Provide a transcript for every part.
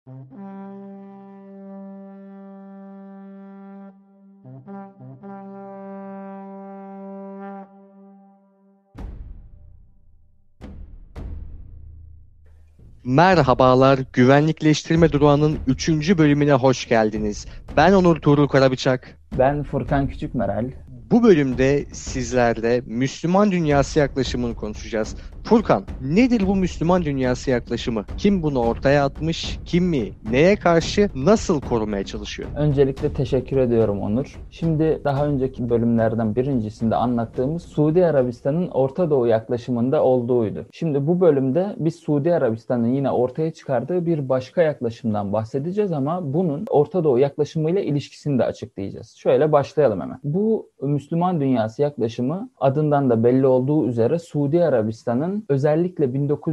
Merhabalar, Güvenlikleştirme Durağı'nın 3. bölümüne hoş geldiniz. Ben Onur Tuğrul Karabıçak. Ben Furkan Küçükmeral. Bu bölümde sizlerle Müslüman dünyası yaklaşımını konuşacağız. Furkan, nedir bu Müslüman dünyası yaklaşımı? Kim bunu ortaya atmış, kim mi, neye karşı, nasıl korumaya çalışıyor? Öncelikle teşekkür ediyorum Onur. Şimdi daha önceki bölümlerden birincisinde anlattığımız Suudi Arabistan'ın Orta Doğu yaklaşımında olduğuydu. Şimdi bu bölümde biz Suudi Arabistan'ın yine ortaya çıkardığı bir başka yaklaşımdan bahsedeceğiz ama bunun Orta Doğu yaklaşımıyla ilişkisini de açıklayacağız. Şöyle başlayalım hemen. Bu Müslüman dünyası yaklaşımı adından da belli olduğu üzere Suudi Arabistan'ın özellikle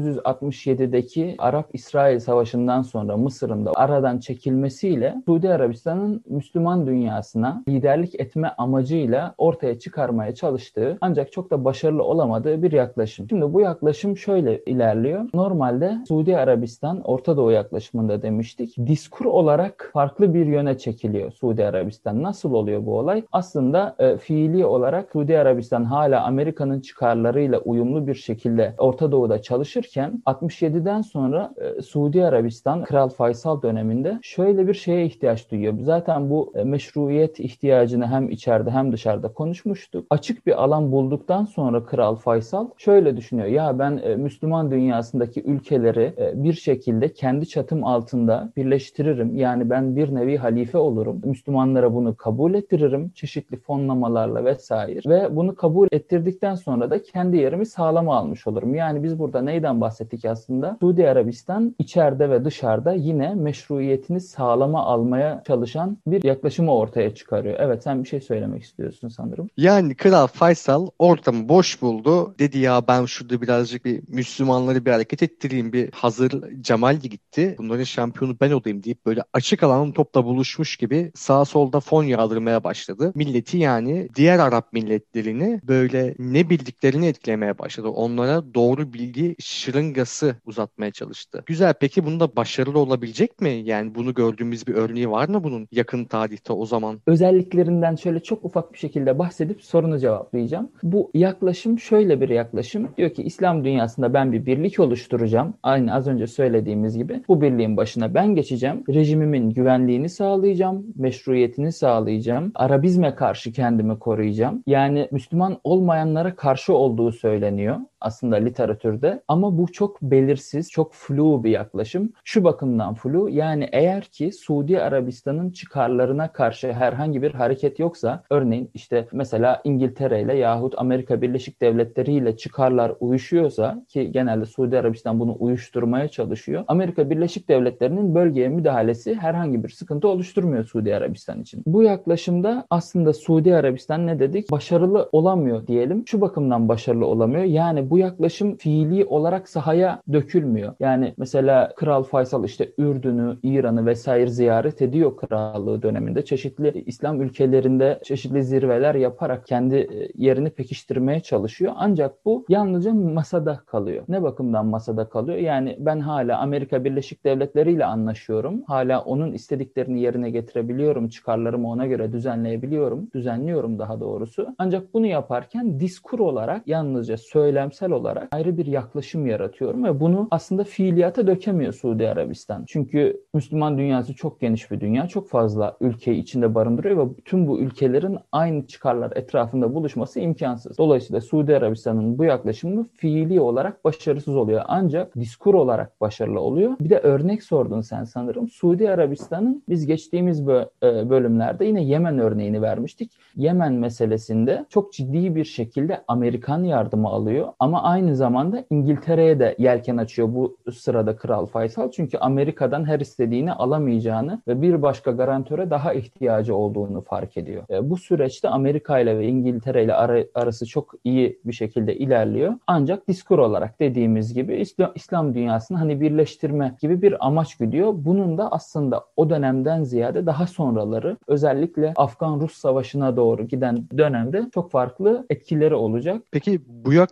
1967'deki Arap-İsrail Savaşı'ndan sonra Mısır'ın da aradan çekilmesiyle Suudi Arabistan'ın Müslüman dünyasına liderlik etme amacıyla ortaya çıkarmaya çalıştığı ancak çok da başarılı olamadığı bir yaklaşım. Şimdi bu yaklaşım şöyle ilerliyor. Normalde Suudi Arabistan Orta Doğu yaklaşımında demiştik. Diskur olarak farklı bir yöne çekiliyor Suudi Arabistan. Nasıl oluyor bu olay? Aslında fiili olarak Suudi Arabistan hala Amerika'nın çıkarlarıyla uyumlu bir şekilde Orta Doğu'da çalışırken 67'den sonra Suudi Arabistan Kral Faysal döneminde şöyle bir şeye ihtiyaç duyuyor. Zaten bu meşruiyet ihtiyacını hem içeride hem dışarıda konuşmuştuk. Açık bir alan bulduktan sonra Kral Faysal şöyle düşünüyor. Ya ben Müslüman dünyasındaki ülkeleri bir şekilde kendi çatım altında birleştiririm. Yani ben bir nevi halife olurum. Müslümanlara bunu kabul ettiririm. Çeşitli fonlamalarla vesaire. Ve bunu kabul ettirdikten sonra da kendi yerimi sağlama almış olurum. Yani biz burada neyden bahsettik aslında? Suudi Arabistan içeride ve dışarıda yine meşruiyetini sağlama almaya çalışan bir yaklaşımı ortaya çıkarıyor. Evet, sen bir şey söylemek istiyorsun sanırım. Yani Kral Faysal ortamı boş buldu. Dedi ya ben şurada birazcık bir Müslümanları bir hareket ettireyim. Bir hazır Cemal gitti. Bunların şampiyonu ben olayım deyip böyle açık alanın topla buluşmuş gibi sağa solda fon yağdırmaya başladı. Milleti yani diğer Arap milletlerini böyle ne bildiklerini etkilemeye başladı. Onlara doğru bilgi şırıngası uzatmaya çalıştı. Güzel, peki bunda başarılı olabilecek mi? Yani bunu gördüğümüz bir örneği var mı bunun yakın tarihte o zaman? Özelliklerinden şöyle çok ufak bir şekilde bahsedip sorunu cevaplayacağım. Bu yaklaşım şöyle bir yaklaşım. Diyor ki İslam dünyasında ben bir birlik oluşturacağım. Aynı az önce söylediğimiz gibi bu birliğin başına ben geçeceğim. Rejimimin güvenliğini sağlayacağım. Meşruiyetini sağlayacağım. Arabizme karşı kendimi koruyacağım. Yani Müslüman olmayanlara karşı olduğu söyleniyor aslında literatürde. Ama bu çok belirsiz, çok flu bir yaklaşım. Şu bakımdan flu, yani eğer ki Suudi Arabistan'ın çıkarlarına karşı herhangi bir hareket yoksa, örneğin işte mesela İngiltere ile yahut Amerika Birleşik Devletleri ile çıkarlar uyuşuyorsa, ki genelde Suudi Arabistan bunu uyuşturmaya çalışıyor, Amerika Birleşik Devletleri'nin bölgeye müdahalesi herhangi bir sıkıntı oluşturmuyor Suudi Arabistan için. Bu yaklaşımda aslında Suudi Arabistan ne dedik? Başarılı olamıyor diyelim. Şu bakımdan başarılı olamıyor. Yani bu yaklaşım fiili olarak sahaya dökülmüyor. Yani mesela Kral Faysal işte Ürdün'ü, İran'ı vesaire ziyaret ediyor krallığı döneminde. Çeşitli İslam ülkelerinde çeşitli zirveler yaparak kendi yerini pekiştirmeye çalışıyor. Ancak bu yalnızca masada kalıyor. Ne bakımdan masada kalıyor? Yani ben hala Amerika Birleşik Devletleri ile anlaşıyorum. Hala onun istediklerini yerine getirebiliyorum. Çıkarlarımı ona göre düzenleyebiliyorum. Düzenliyorum daha doğrusu. Ancak bunu yaparken diskur olarak, yalnızca söylemsel olarak ayrı bir yaklaşım yaratıyorum ve bunu aslında fiiliyata dökemiyor Suudi Arabistan. Çünkü Müslüman dünyası çok geniş bir dünya. Çok fazla ülkeyi içinde barındırıyor ve tüm bu ülkelerin aynı çıkarlar etrafında buluşması imkansız. Dolayısıyla Suudi Arabistan'ın bu yaklaşımı fiili olarak başarısız oluyor. Ancak diskur olarak başarılı oluyor. Bir de örnek sordun sen sanırım. Suudi Arabistan'ın, biz geçtiğimiz bölümlerde yine Yemen örneğini vermiştik. Yemen meselesinde çok ciddi bir şekilde Amerikan yardımı alıyor. Ama aynı zamanda İngiltere'ye de yelken açıyor bu sırada Kral Faysal. Çünkü Amerika'dan her istediğini alamayacağını ve bir başka garantöre daha ihtiyacı olduğunu fark ediyor. Bu süreçte Amerika ile ve İngiltere ile arası çok iyi bir şekilde ilerliyor. Ancak diskur olarak dediğimiz gibi İslam dünyasını hani birleştirme gibi bir amaç güdüyor. Bunun da aslında o dönemden ziyade daha sonraları, özellikle Afgan-Rus Savaşı'na doğru giden dönemde çok farklı etkileri olacak. Peki bu yaklaşım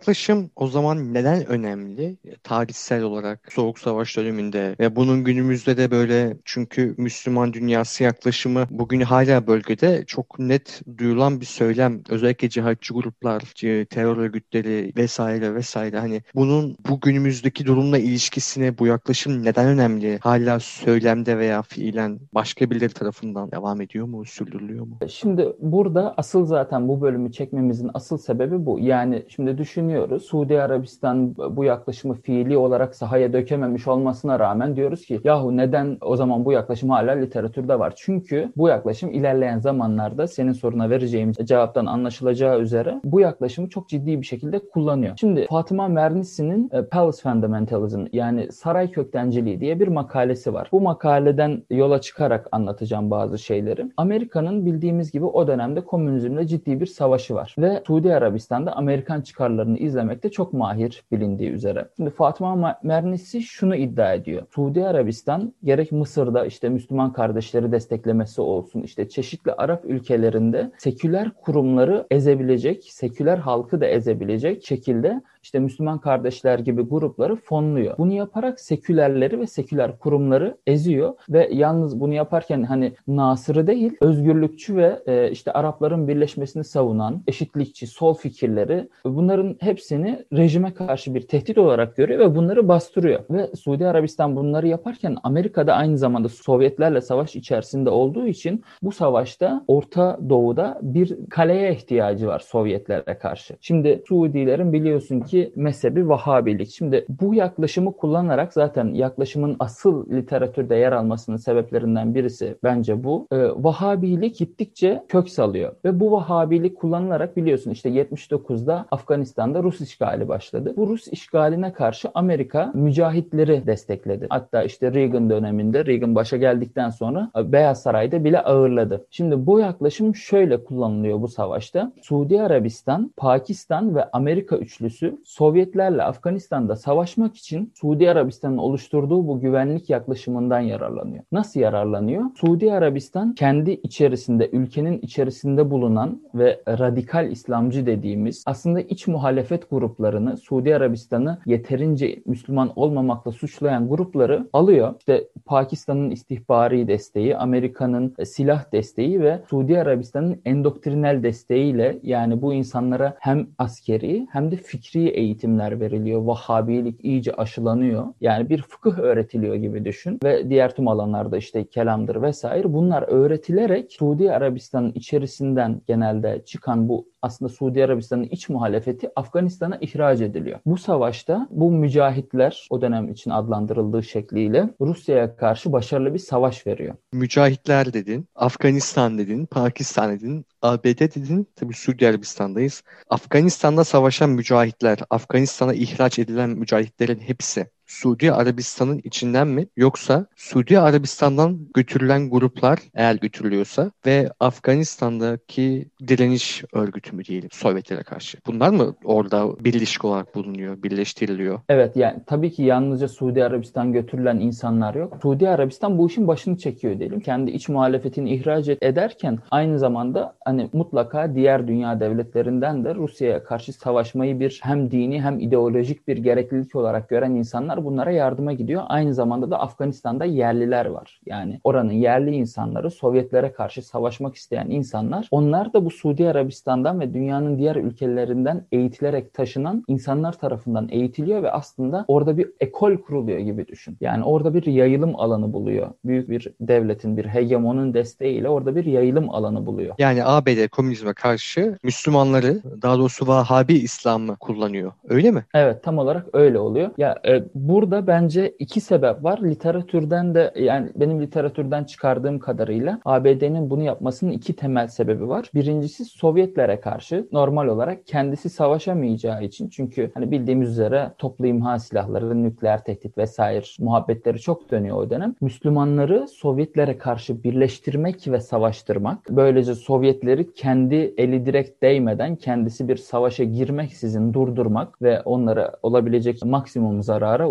yaklaşım o zaman neden önemli? Tarihsel olarak Soğuk Savaş döneminde ve bunun günümüzde de böyle, çünkü Müslüman dünyası yaklaşımı bugün hala bölgede çok net duyulan bir söylem. Özellikle cihatçı gruplar, terör örgütleri vesaire vesaire. Hani bunun bu günümüzdeki durumla ilişkisine bu yaklaşım neden önemli? Hala söylemde veya fiilen başka birileri tarafından devam ediyor mu, sürdürülüyor mu? Şimdi burada asıl zaten bu bölümü çekmemizin asıl sebebi bu. Yani şimdi düşünüyoruz. Suudi Arabistan bu yaklaşımı fiili olarak sahaya dökememiş olmasına rağmen diyoruz ki yahu neden o zaman bu yaklaşım hala literatürde var? Çünkü bu yaklaşım ilerleyen zamanlarda senin soruna vereceğim cevaptan anlaşılacağı üzere bu yaklaşımı çok ciddi bir şekilde kullanıyor. Şimdi Fatıma Mernis'in Palace Fundamentalism, yani saray köktenciliği diye bir makalesi var. Bu makaleden yola çıkarak anlatacağım bazı şeyleri. Amerika'nın bildiğimiz gibi o dönemde komünizmle ciddi bir savaşı var ve Suudi Arabistan'da Amerikan çıkarlarını izlemekte çok mahir bilindiği üzere. Şimdi Fatıma Mernisi şunu iddia ediyor. Suudi Arabistan gerek Mısır'da işte Müslüman kardeşleri desteklemesi olsun, işte çeşitli Arap ülkelerinde seküler kurumları ezebilecek, seküler halkı da ezebilecek şekilde işte Müslüman kardeşler gibi grupları fonluyor. Bunu yaparak sekülerleri ve seküler kurumları eziyor ve yalnız bunu yaparken hani Nasır'ı değil, özgürlükçü ve işte Arapların birleşmesini savunan, eşitlikçi, sol fikirleri, bunların hepsini rejime karşı bir tehdit olarak görüyor ve bunları bastırıyor. Ve Suudi Arabistan bunları yaparken Amerika'da aynı zamanda Sovyetlerle savaş içerisinde olduğu için bu savaşta Orta Doğu'da bir kaleye ihtiyacı var Sovyetlere karşı. Şimdi Suudilerin biliyorsun ki mezhebi Vahabilik. Şimdi bu yaklaşımı kullanarak, zaten yaklaşımın asıl literatürde yer almasının sebeplerinden birisi bence bu. Vahabilik gittikçe kök salıyor ve bu Vahabilik kullanılarak biliyorsun işte 79'da Afganistan'da Rus işgali başladı. Bu Rus işgaline karşı Amerika mücahitleri destekledi. Hatta işte Reagan döneminde, Reagan başa geldikten sonra Beyaz Saray'da bile ağırladı. Şimdi bu yaklaşım şöyle kullanılıyor bu savaşta. Suudi Arabistan, Pakistan ve Amerika üçlüsü Sovyetlerle Afganistan'da savaşmak için Suudi Arabistan'ın oluşturduğu bu güvenlik yaklaşımından yararlanıyor. Nasıl yararlanıyor? Suudi Arabistan kendi içerisinde, ülkenin içerisinde bulunan ve radikal İslamcı dediğimiz aslında iç muhalefet gruplarını, Suudi Arabistan'ı yeterince Müslüman olmamakla suçlayan grupları alıyor. İşte Pakistan'ın istihbari desteği, Amerika'nın silah desteği ve Suudi Arabistan'ın endoktrinal desteğiyle, yani bu insanlara hem askeri hem de fikri eğitimler veriliyor. Vahhabilik iyice aşılanıyor. Yani bir fıkıh öğretiliyor gibi düşün ve diğer tüm alanlarda işte kelamdır vesaire, bunlar öğretilerek Suudi Arabistan'ın içerisinden genelde çıkan bu aslında Suudi Arabistan'ın iç muhalefeti Afganistan'a ihraç ediliyor. Bu savaşta bu mücahitler, o dönem için adlandırıldığı şekliyle, Rusya'ya karşı başarılı bir savaş veriyor. Mücahitler dedin, Afganistan dedin, Pakistan dedin, ABD dedin. Tabii Suudi Arabistan'dayız. Afganistan'da savaşan mücahitler, Afganistan'a ihraç edilen mücahitlerin hepsi Suudi Arabistan'ın içinden mi, yoksa Suudi Arabistan'dan götürülen gruplar, eğer götürülüyorsa, ve Afganistan'daki direniş örgütü mü diyelim Sovyetlere karşı? Bunlar mı orada birleşik olarak bulunuyor, birleştiriliyor? Evet, yani tabii ki yalnızca Suudi Arabistan götürülen insanlar yok. Suudi Arabistan bu işin başını çekiyor diyelim. Kendi iç muhalefetini ihraç ederken aynı zamanda hani mutlaka diğer dünya devletlerinden de Rusya'ya karşı savaşmayı bir hem dini hem ideolojik bir gereklilik olarak gören insanlar bunlara yardıma gidiyor. Aynı zamanda da Afganistan'da yerliler var. Yani oranın yerli insanları, Sovyetlere karşı savaşmak isteyen insanlar, onlar da bu Suudi Arabistan'dan ve dünyanın diğer ülkelerinden eğitilerek taşınan insanlar tarafından eğitiliyor ve aslında orada bir ekol kuruluyor gibi düşün. Yani orada bir yayılım alanı buluyor. Büyük bir devletin, bir hegemonun desteğiyle orada bir yayılım alanı buluyor. Yani ABD komünizme karşı Müslümanları, daha doğrusu Vahabi İslam'ı kullanıyor. Öyle mi? Evet, tam olarak öyle oluyor. Ya burada bence iki sebep var. Literatürden de, yani benim literatürden çıkardığım kadarıyla ABD'nin bunu yapmasının iki temel sebebi var. Birincisi, Sovyetlere karşı normal olarak kendisi savaşamayacağı için. Çünkü hani bildiğimiz üzere toplu imha silahları, nükleer tehdit vesaire muhabbetleri çok dönüyor o dönem. Müslümanları Sovyetlere karşı birleştirmek ve savaştırmak. Böylece Sovyetleri kendi eli direkt değmeden kendisi bir savaşa girmeksizin durdurmak ve onlara olabilecek maksimum zarara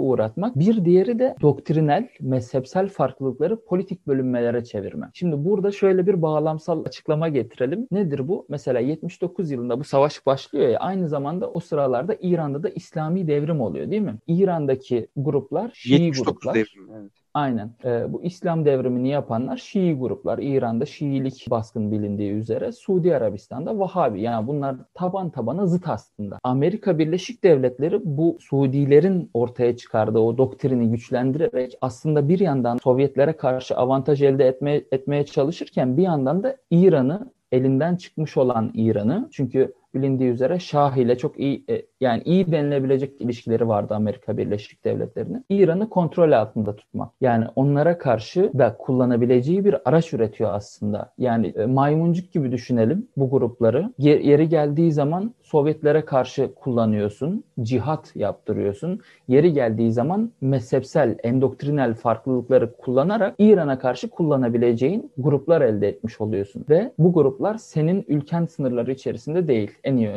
uğratmak. Bir diğeri de doktrinal, mezhepsel farklılıkları politik bölünmelere çevirme. Şimdi burada şöyle bir bağlamsal açıklama getirelim. Nedir bu? Mesela 79 yılında bu savaş başlıyor ya, aynı zamanda o sıralarda İran'da da İslami devrim oluyor değil mi? İran'daki gruplar Şii 79 gruplar. devrimi. Evet. Aynen. Bu İslam devrimini yapanlar Şii gruplar. İran'da Şiilik baskın bilindiği üzere. Suudi Arabistan'da Vahabi. Yani bunlar taban tabana zıt aslında. Amerika Birleşik Devletleri bu Suudilerin ortaya çıkardığı o doktrini güçlendirerek aslında bir yandan Sovyetlere karşı avantaj elde etmeye çalışırken bir yandan da İran'ı, elinden çıkmış olan İran'ı, çünkü bilindiği üzere Şah ile çok iyi, yani iyi denilebilecek ilişkileri vardı Amerika Birleşik Devletleri'nin. İran'ı kontrol altında tutmak. Yani onlara karşı da kullanabileceği bir araç üretiyor aslında. Yani maymuncuk gibi düşünelim bu grupları. Yeri geldiği zaman Sovyetlere karşı kullanıyorsun, cihat yaptırıyorsun. Yeri geldiği zaman mezhepsel, endoktrinal farklılıkları kullanarak İran'a karşı kullanabileceğin gruplar elde etmiş oluyorsun. Ve bu gruplar senin ülken sınırları içerisinde değil.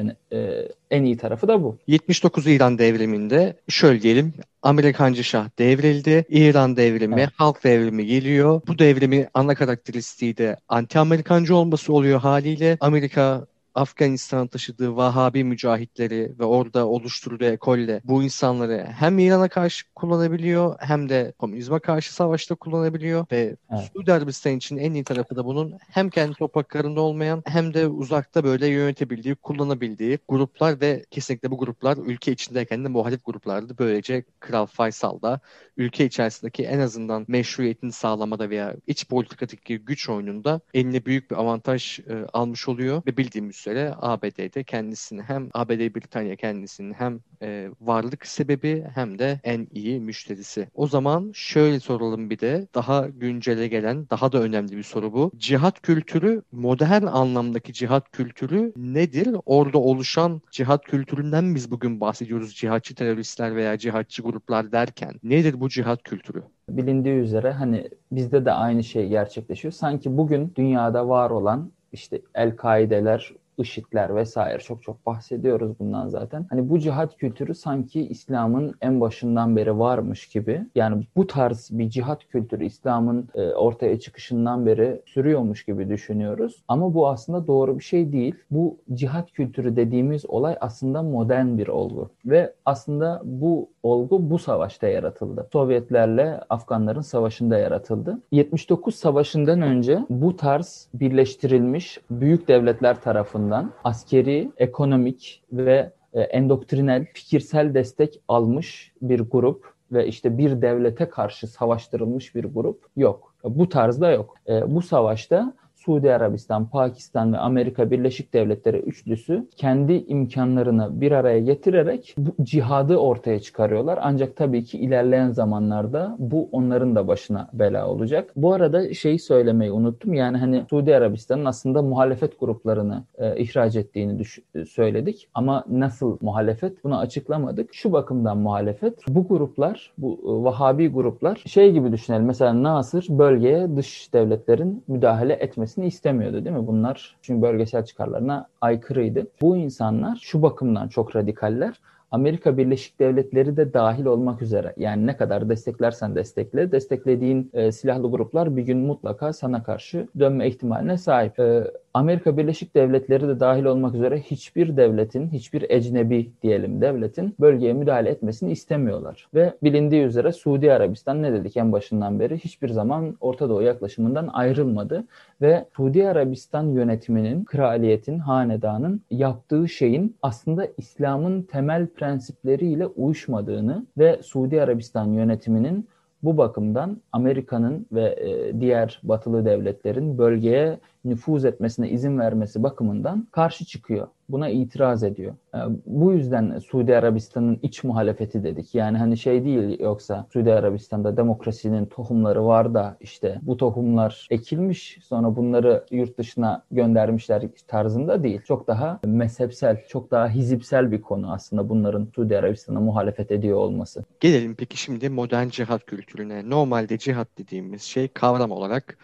En iyi tarafı da bu. 79 İran devriminde şöyle diyelim, Amerikancı Şah devrildi. İran devrimi, Evet. halk devrimi geliyor. Bu devrimin ana karakteristiği de anti-Amerikancı olması oluyor haliyle. Amerika Afganistan'a taşıdığı Vahabi mücahitleri ve orada oluşturduğu ekolle bu insanları hem İran'a karşı kullanabiliyor hem de komünizme karşı savaşta kullanabiliyor ve Evet. Suudi Arabistan için en iyi tarafı da bunun hem kendi topraklarında olmayan hem de uzakta böyle yönetebildiği, kullanabildiği gruplar ve kesinlikle bu gruplar ülke içindeyken de muhalif gruplardı. Böylece Kral Faysal da ülke içerisindeki en azından meşruiyetini sağlamada veya iç politikadaki güç oyununda eline büyük bir avantaj almış oluyor ve bildiğimiz üzere ABD'de kendisini hem ABD Britanya kendisinin hem varlık sebebi hem de en iyi müşterisi. O zaman şöyle soralım, bir de daha güncele gelen daha da önemli bir soru bu. Cihat kültürü, modern anlamdaki cihat kültürü nedir? Orada oluşan cihat kültüründen biz bugün bahsediyoruz. Cihatçı teröristler veya cihatçı gruplar derken nedir bu cihat kültürü? Bilindiği üzere hani bizde de aynı şey gerçekleşiyor. Sanki bugün dünyada var olan işte El-Kaide'ler, IŞİD'ler vesaire, çok çok bahsediyoruz bundan zaten. Hani bu cihat kültürü sanki İslam'ın en başından beri varmış gibi. Yani bu tarz bir cihat kültürü İslam'ın ortaya çıkışından beri sürüyormuş gibi düşünüyoruz. Ama bu aslında doğru bir şey değil. Bu cihat kültürü dediğimiz olay aslında modern bir olgu. Ve aslında bu olgu bu savaşta yaratıldı. Sovyetlerle Afganların savaşında yaratıldı. 79 Savaşı'ndan önce bu tarz birleştirilmiş büyük devletler tarafından askeri, ekonomik ve endoktrinal, fikirsel destek almış bir grup ve işte bir devlete karşı savaştırılmış bir grup yok. Bu tarzda yok. Bu savaşta Suudi Arabistan, Pakistan ve Amerika Birleşik Devletleri üçlüsü kendi imkanlarını bir araya getirerek bu cihadı ortaya çıkarıyorlar. Ancak tabii ki ilerleyen zamanlarda bu onların da başına bela olacak. Bu arada şeyi söylemeyi unuttum. Yani hani Suudi Arabistan'ın aslında muhalefet gruplarını ihraç ettiğini söyledik. Ama nasıl muhalefet? Bunu açıklamadık. Şu bakımdan muhalefet. Bu gruplar, bu Vahabi gruplar şey gibi düşünelim. Mesela Nasır bölgeye dış devletlerin müdahale etmesini istemiyordu değil mi? Bunlar çünkü bölgesel çıkarlarına aykırıydı. Bu insanlar şu bakımdan çok radikaller. Amerika Birleşik Devletleri de dahil olmak üzere. Yani ne kadar desteklersen destekle, desteklediğin silahlı gruplar bir gün mutlaka sana karşı dönme ihtimaline sahip. Amerika Birleşik Devletleri de dahil olmak üzere hiçbir devletin, hiçbir ecnebi diyelim devletin bölgeye müdahale etmesini istemiyorlar. Ve bilindiği üzere Suudi Arabistan, ne dedik en başından beri, hiçbir zaman Orta Doğu yaklaşımından ayrılmadı. Ve Suudi Arabistan yönetiminin, kraliyetin, hanedanın yaptığı şeyin aslında İslam'ın temel prensipleriyle uyuşmadığını ve Suudi Arabistan yönetiminin bu bakımdan Amerika'nın ve diğer batılı devletlerin bölgeye nüfuz etmesine izin vermesi bakımından karşı çıkıyor. Buna itiraz ediyor. Bu yüzden Suudi Arabistan'ın iç muhalefeti dedik. Yani hani şey değil, yoksa Suudi Arabistan'da demokrasinin tohumları var da işte bu tohumlar ekilmiş sonra bunları yurt dışına göndermişler tarzında değil. Çok daha mezhepsel, çok daha hizipsel bir konu aslında bunların Suudi Arabistan'a muhalefet ediyor olması. Gelelim peki şimdi modern cihat kültürüne. Normalde cihat dediğimiz şey kavram olarak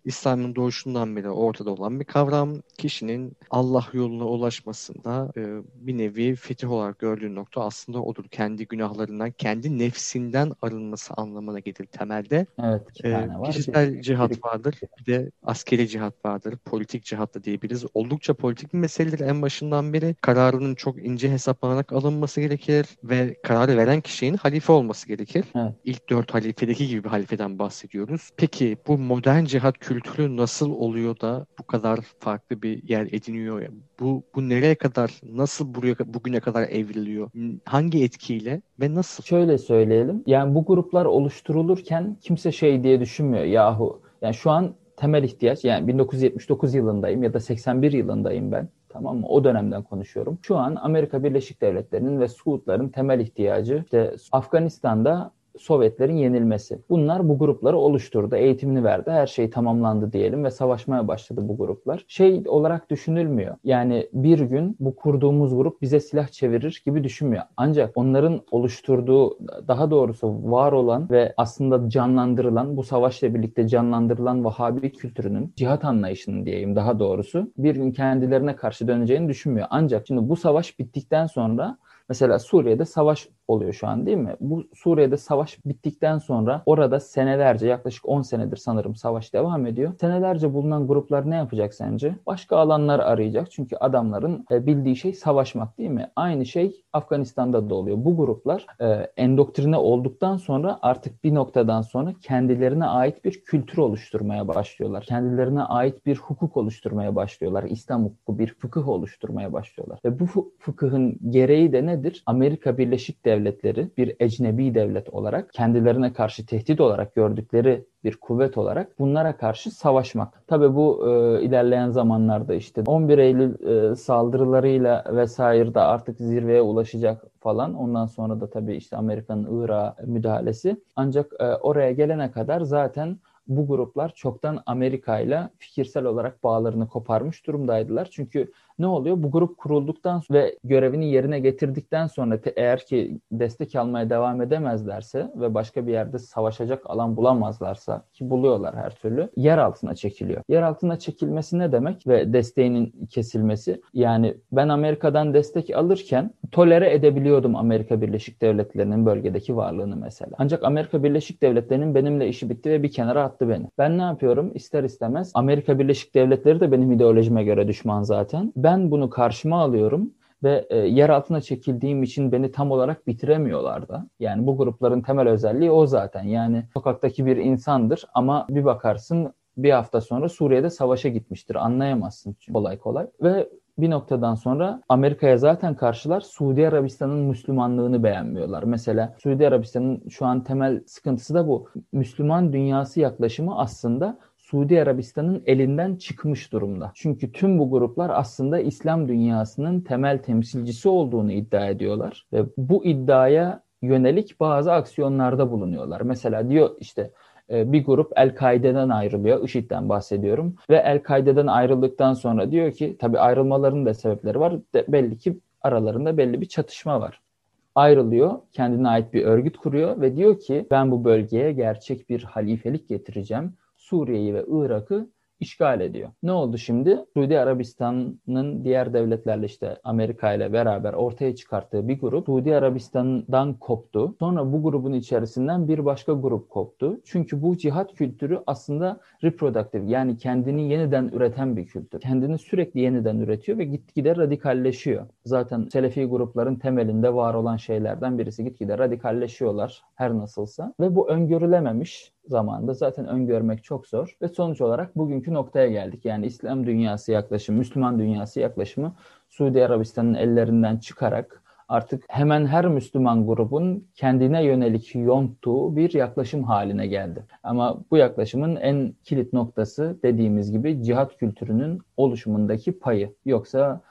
İslam'ın doğuşundan beri ortada olan bir kavram. Kişinin Allah yoluna ulaşmasında bir nevi fetih olarak gördüğü nokta aslında odur. Kendi günahlarından, kendi nefsinden arınması anlamına gelir temelde. Evet, iki tane var. Kişisel Biri cihat vardır, bir de askeri cihat vardır. Politik cihat da diyebiliriz. Oldukça politik bir meseledir en başından beri. Kararının çok ince hesaplanarak alınması gerekir ve kararı veren kişinin halife olması gerekir. evet. İlk 4 halifedeki gibi bir halifeden bahsediyoruz. Peki bu modern cihat kültürü nasıl oluyor da bu kadar farklı bir yer ediniyor? Bu nereye kadar, nasıl bugüne kadar evriliyor? Hangi etkiyle ve nasıl? Şöyle söyleyelim. Yani bu gruplar oluşturulurken kimse şey diye düşünmüyor. Yahu yani şu an temel ihtiyaç, yani 1979 yılındayım ya da 81 yılındayım ben. Tamam mı? O dönemden konuşuyorum. Şu an Amerika Birleşik Devletleri'nin ve Suudların temel ihtiyacı işte Afganistan'da Sovyetlerin yenilmesi. Bunlar bu grupları oluşturdu, eğitimini verdi, her şey tamamlandı diyelim ve savaşmaya başladı bu gruplar. Şey olarak düşünülmüyor. Yani bir gün bu kurduğumuz grup bize silah çevirir gibi düşünmüyor. Ancak onların oluşturduğu, daha doğrusu var olan ve aslında canlandırılan, bu savaşla birlikte canlandırılan Vahabi kültürünün, cihat anlayışının diyeyim daha doğrusu, bir gün kendilerine karşı döneceğini düşünmüyor. Ancak şimdi bu savaş bittikten sonra, mesela Suriye'de savaş oluyor şu an değil mi? Bu Suriye'de savaş bittikten sonra orada senelerce, yaklaşık 10 senedir sanırım savaş devam ediyor. Senelerce bulunan gruplar ne yapacak sence? Başka alanlar arayacak. Çünkü adamların bildiği şey savaşmak değil mi? Aynı şey Afganistan'da da oluyor. Bu gruplar endoktrine olduktan sonra artık bir noktadan sonra kendilerine ait bir kültür oluşturmaya başlıyorlar. Kendilerine ait bir hukuk oluşturmaya başlıyorlar. İslam hukuku, bir fıkıh oluşturmaya başlıyorlar. Ve bu fıkıhın gereği de nedir? Amerika Birleşik Devletleri bir ecnebi devlet olarak, kendilerine karşı tehdit olarak gördükleri bir kuvvet olarak bunlara karşı savaşmak. Tabii bu ilerleyen zamanlarda işte 11 Eylül saldırılarıyla vesaire de artık zirveye ulaşacak falan. Ondan sonra da tabii işte Amerika'nın Irak'a müdahalesi. Ancak oraya gelene kadar zaten bu gruplar çoktan Amerika ile fikirsel olarak bağlarını koparmış durumdaydılar. Çünkü ne oluyor? Bu grup kurulduktan ve görevini yerine getirdikten sonra eğer ki destek almaya devam edemezlerse ve başka bir yerde savaşacak alan bulamazlarsa, ki buluyorlar her türlü, yer altına çekiliyor. Yer altına çekilmesi ne demek ve desteğinin kesilmesi? Yani ben Amerika'dan destek alırken tolere edebiliyordum Amerika Birleşik Devletleri'nin bölgedeki varlığını mesela. Ancak Amerika Birleşik Devletleri'nin benimle işi bitti ve bir kenara attı beni. Ben ne yapıyorum? İster istemez Amerika Birleşik Devletleri de benim ideolojime göre düşman zaten. Ben bunu karşıma alıyorum ve yer altına çekildiğim için beni tam olarak bitiremiyorlar da. Yani bu grupların temel özelliği o zaten. Yani sokaktaki bir insandır ama bir bakarsın bir hafta sonra Suriye'de savaşa gitmiştir. Anlayamazsın çünkü kolay kolay. Ve bir noktadan sonra Amerika'ya zaten karşılar, Suudi Arabistan'ın Müslümanlığını beğenmiyorlar. Mesela Suudi Arabistan'ın şu an temel sıkıntısı da bu. Müslüman dünyası yaklaşımı aslında Suudi Arabistan'ın elinden çıkmış durumda. Çünkü tüm bu gruplar aslında İslam dünyasının temel temsilcisi olduğunu iddia ediyorlar. Ve bu iddiaya yönelik bazı aksiyonlarda bulunuyorlar. Mesela diyor işte bir grup El-Kaide'den ayrılıyor. IŞİD'den bahsediyorum. Ve El-Kaide'den ayrıldıktan sonra diyor ki, tabii ayrılmalarının da sebepleri var. Belli ki aralarında belli bir çatışma var. Ayrılıyor, kendine ait bir örgüt kuruyor ve diyor ki ben bu bölgeye gerçek bir halifelik getireceğim. Suriye'yi ve Irak'ı işgal ediyor. Ne oldu şimdi? Suudi Arabistan'ın diğer devletlerle, işte Amerika ile beraber ortaya çıkarttığı bir grup Suudi Arabistan'dan koptu. Sonra bu grubun içerisinden bir başka grup koptu. Çünkü bu cihat kültürü aslında reproductive, yani kendini yeniden üreten bir kültür. Kendini sürekli yeniden üretiyor ve gitgide radikalleşiyor. Zaten Selefi grupların temelinde var olan şeylerden birisi, gitgide radikalleşiyorlar her nasılsa. Ve bu öngörülememiş zamanda, zaten öngörmek çok zor ve sonuç olarak bugünkü noktaya geldik. Yani İslam dünyası yaklaşımı, Müslüman dünyası yaklaşımı Suudi Arabistan'ın ellerinden çıkarak artık hemen her Müslüman grubun kendine yönelik yonttuğu bir yaklaşım haline geldi. Ama bu yaklaşımın en kilit noktası, dediğimiz gibi, cihat kültürünün oluşumundaki payı. Yoksa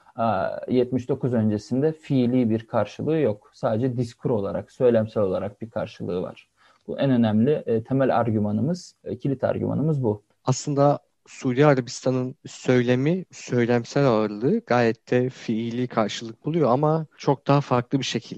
79 öncesinde fiili bir karşılığı yok. Sadece diskur olarak, söylemsel olarak bir karşılığı var. Bu en önemli temel argümanımız, kilit argümanımız bu. Aslında Suudi Arabistan'ın söylemi, söylemsel ağırlığı gayet de fiili karşılık buluyor ama çok daha farklı bir şekilde.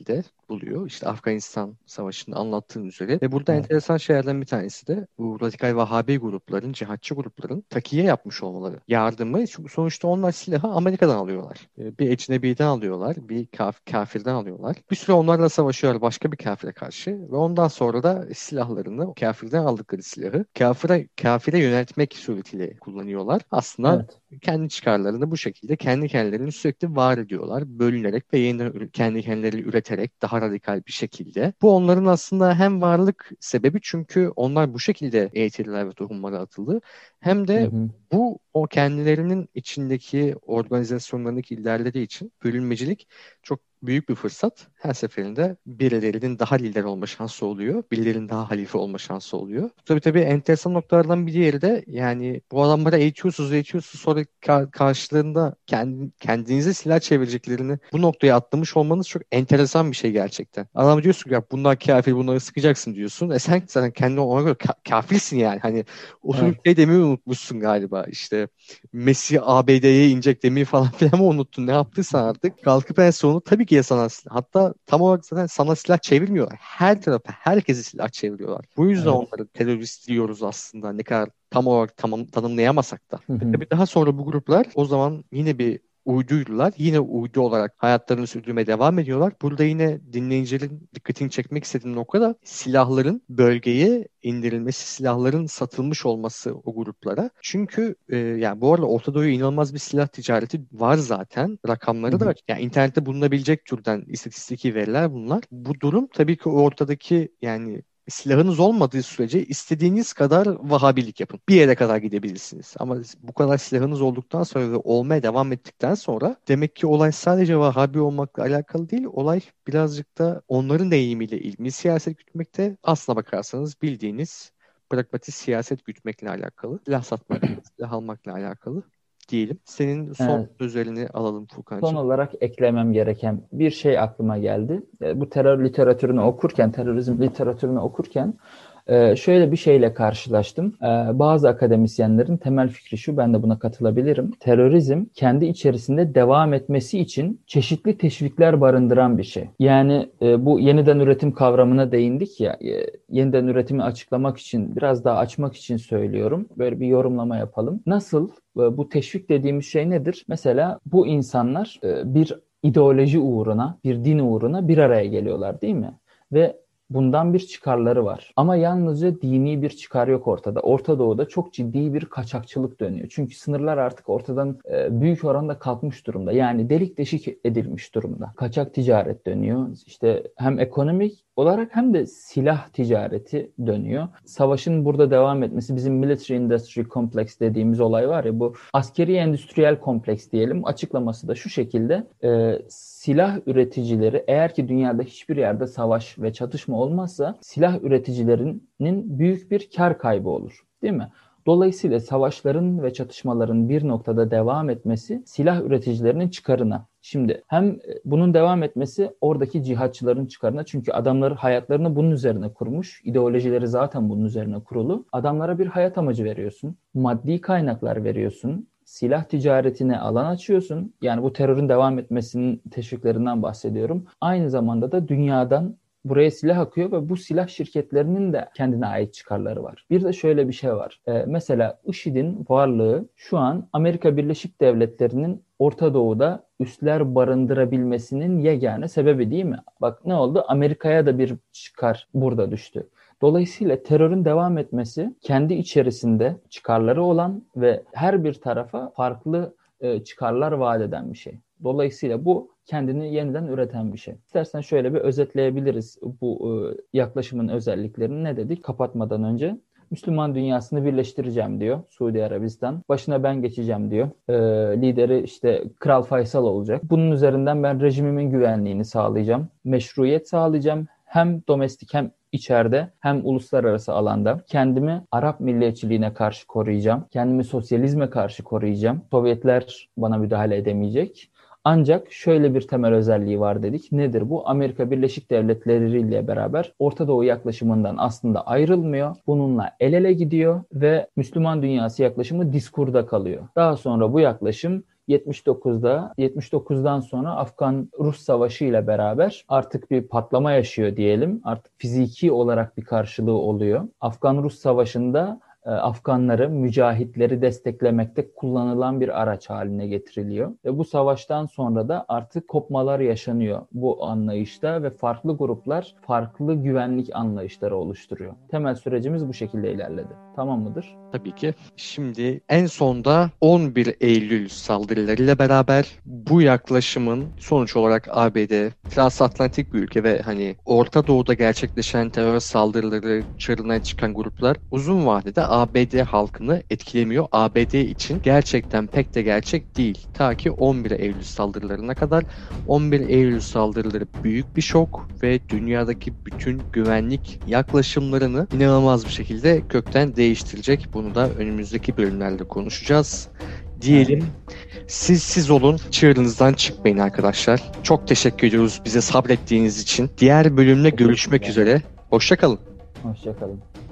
buluyor. İşte Afganistan Savaşı'nda anlattığım üzere. Ve burada Evet. enteresan şeylerden bir tanesi de bu radikal Vahabi grupların, cihatçı grupların takiye yapmış olmaları. Yardımı, çünkü sonuçta onlar silahı Amerika'dan alıyorlar. Bir ecnebiden alıyorlar, bir kafirden alıyorlar. Bir süre onlarla savaşıyorlar başka bir kafire karşı ve ondan sonra da silahlarını, o kafirden aldıkları silahı kafire yöneltmek suretiyle kullanıyorlar. Aslında Evet. kendi çıkarlarını bu şekilde kendi kendilerini sürekli var ediyorlar. Bölünerek ve yeniden kendi kendilerini üreterek daha radikal bir şekilde. Bu onların aslında hem varlık sebebi, çünkü onlar bu şekilde eğitildiler ve tohumları atıldı. Hem Hı de hı. bu o kendilerinin içindeki organizasyonlarındaki liderleri için bölünmecilik çok büyük bir fırsat. Her seferinde birilerinin daha lider olma şansı oluyor. Birilerinin daha halife olma şansı oluyor. Tabii enteresan noktalardan bir diğeri de, yani bu adamlara eğitiyorsunuz sonra karşılığında kendinize silah çevireceklerini bu noktaya atlamış olmanız çok enteresan bir şey gerçekten. Adam diyorsun ki ya bunlar kafir, bunları sıkacaksın diyorsun. Sen zaten kendini ona göre kafirsin yani. Hani oturup Evet. şey demeyi unutmuşsun galiba. İşte Messi ABD'ye inecek demeyi falan filan mı unuttun? Ne yaptıysan artık. Kalkıp en sonunda tabii ki ya sana silah. Hatta tam olarak zaten sana silah çevirmiyorlar. Her tarafa herkese silah çeviriyorlar. Bu yüzden Evet. onları terörist diyoruz aslında. Ne kadar tam olarak tanımlayamasak da. Hı Ve hı. tabii daha sonra bu gruplar o zaman yine bir uyduydular. Yine uydu olarak hayatlarını sürdürmeye devam ediyorlar. Burada yine dinleyicilerin dikkatini çekmek istediğim nokta da silahların bölgeye indirilmesi, silahların satılmış olması o gruplara. Çünkü yani bu arada Orta Doğu'ya inanılmaz bir silah ticareti var zaten. Hı Rakamları da hı. var. Yani internette bulunabilecek türden istatistiki veriler bunlar. Bu durum tabii ki ortadaki, yani silahınız olmadığı sürece istediğiniz kadar Vahabilik yapın. Bir yere kadar gidebilirsiniz. Ama bu kadar silahınız olduktan sonra ve olmaya devam ettikten sonra demek ki olay sadece Vahabi olmakla alakalı değil. Olay birazcık da onların deyimiyle ilmi siyaset gütmekte. Aslına bakarsanız bildiğiniz pragmatik siyaset gütmekle alakalı. Silah satmakla, silah almakla alakalı diyelim. Senin son Evet. sözlerini alalım Son Furkan'cığım. olarak eklemem gereken bir şey aklıma geldi. Bu terör literatürünü okurken, terörizm literatürünü okurken şöyle bir şeyle karşılaştım. Bazı akademisyenlerin temel fikri şu, ben de buna katılabilirim. Terörizm kendi içerisinde devam etmesi için çeşitli teşvikler barındıran bir şey. Yani bu yeniden üretim kavramına değindik ya, yeniden üretimi açıklamak için, biraz daha açmak için söylüyorum. Böyle bir yorumlama yapalım. Nasıl? Bu teşvik dediğimiz şey nedir? Mesela bu insanlar bir ideoloji uğruna, bir din uğruna bir araya geliyorlar, değil mi? Ve bundan bir çıkarları var. Ama yalnızca dini bir çıkar yok ortada. Orta Doğu'da çok ciddi bir kaçakçılık dönüyor. Çünkü sınırlar artık ortadan büyük oranda kalkmış durumda. Yani delik deşik edilmiş durumda. Kaçak ticaret dönüyor. İşte hem ekonomik olarak hem de silah ticareti dönüyor. Savaşın burada devam etmesi, bizim military industry complex dediğimiz olay var ya, bu askeri endüstriyel kompleks diyelim. Açıklaması da şu şekilde: silah üreticileri, eğer ki dünyada hiçbir yerde savaş ve çatışma olmazsa, silah üreticilerinin büyük bir kar kaybı olur, değil mi? Dolayısıyla savaşların ve çatışmaların bir noktada devam etmesi silah üreticilerinin çıkarına. Şimdi hem bunun devam etmesi oradaki cihatçıların çıkarına, çünkü adamlar hayatlarını bunun üzerine kurmuş. İdeolojileri zaten bunun üzerine kurulu. Adamlara bir hayat amacı veriyorsun. Maddi kaynaklar veriyorsun. Silah ticaretine alan açıyorsun. Yani bu terörün devam etmesinin teşviklerinden bahsediyorum. Aynı zamanda da dünyadan buraya silah akıyor ve bu silah şirketlerinin de kendine ait çıkarları var. Bir de şöyle bir şey var. Mesela IŞİD'in varlığı şu an Amerika Birleşik Devletleri'nin Orta Doğu'da üsler barındırabilmesinin yegane sebebi, değil mi? Bak ne oldu? Amerika'ya da bir çıkar burada düştü. Dolayısıyla terörün devam etmesi kendi içerisinde çıkarları olan ve her bir tarafa farklı çıkarlar vaat eden bir şey. Dolayısıyla bu kendini yeniden üreten bir şey. İstersen şöyle bir özetleyebiliriz bu yaklaşımın özelliklerini. Ne dedik kapatmadan önce? Müslüman dünyasını birleştireceğim diyor Suudi Arabistan. Başına ben geçeceğim diyor. Lideri işte Kral Faysal olacak. Bunun üzerinden ben rejimimin güvenliğini sağlayacağım. Meşruiyet sağlayacağım. Hem domestik hem içeride hem uluslararası alanda kendimi Arap milliyetçiliğine karşı koruyacağım. Kendimi sosyalizme karşı koruyacağım. Sovyetler bana müdahale edemeyecek. Ancak şöyle bir temel özelliği var dedik. Nedir bu? Amerika Birleşik Devletleri ile beraber Orta Doğu yaklaşımından aslında ayrılmıyor. Bununla el ele gidiyor ve Müslüman dünyası yaklaşımı diskurda kalıyor. Daha sonra bu yaklaşım 79'dan sonra Afgan-Rus Savaşı ile beraber artık bir patlama yaşıyor diyelim. Artık fiziki olarak bir karşılığı oluyor. Afgan-Rus Savaşı'nda Afganları, mücahitleri desteklemekte kullanılan bir araç haline getiriliyor. Ve bu savaştan sonra da artık kopmalar yaşanıyor bu anlayışta ve farklı gruplar farklı güvenlik anlayışları oluşturuyor. Temel sürecimiz bu şekilde ilerledi. Tamam mıdır? Tabii ki. Şimdi en sonda 11 Eylül saldırılarıyla beraber bu yaklaşımın sonuç olarak ABD, transatlantik bir ülke ve hani Orta Doğu'da gerçekleşen terör saldırıları çığırından çıkan gruplar uzun vadede ABD halkını etkilemiyor. ABD için gerçekten pek de gerçek değil. Ta ki 11 Eylül saldırılarına kadar. 11 Eylül saldırıları büyük bir şok ve dünyadaki bütün güvenlik yaklaşımlarını inanılmaz bir şekilde kökten değiştirecek. Bunu da önümüzdeki bölümlerde konuşacağız. Diyelim. Siz olun, çığırınızdan çıkmayın arkadaşlar. Çok teşekkür ediyoruz bize sabrettiğiniz için. Diğer bölümde görüşmek üzere. Hoşça kalın. Hoşça kalın.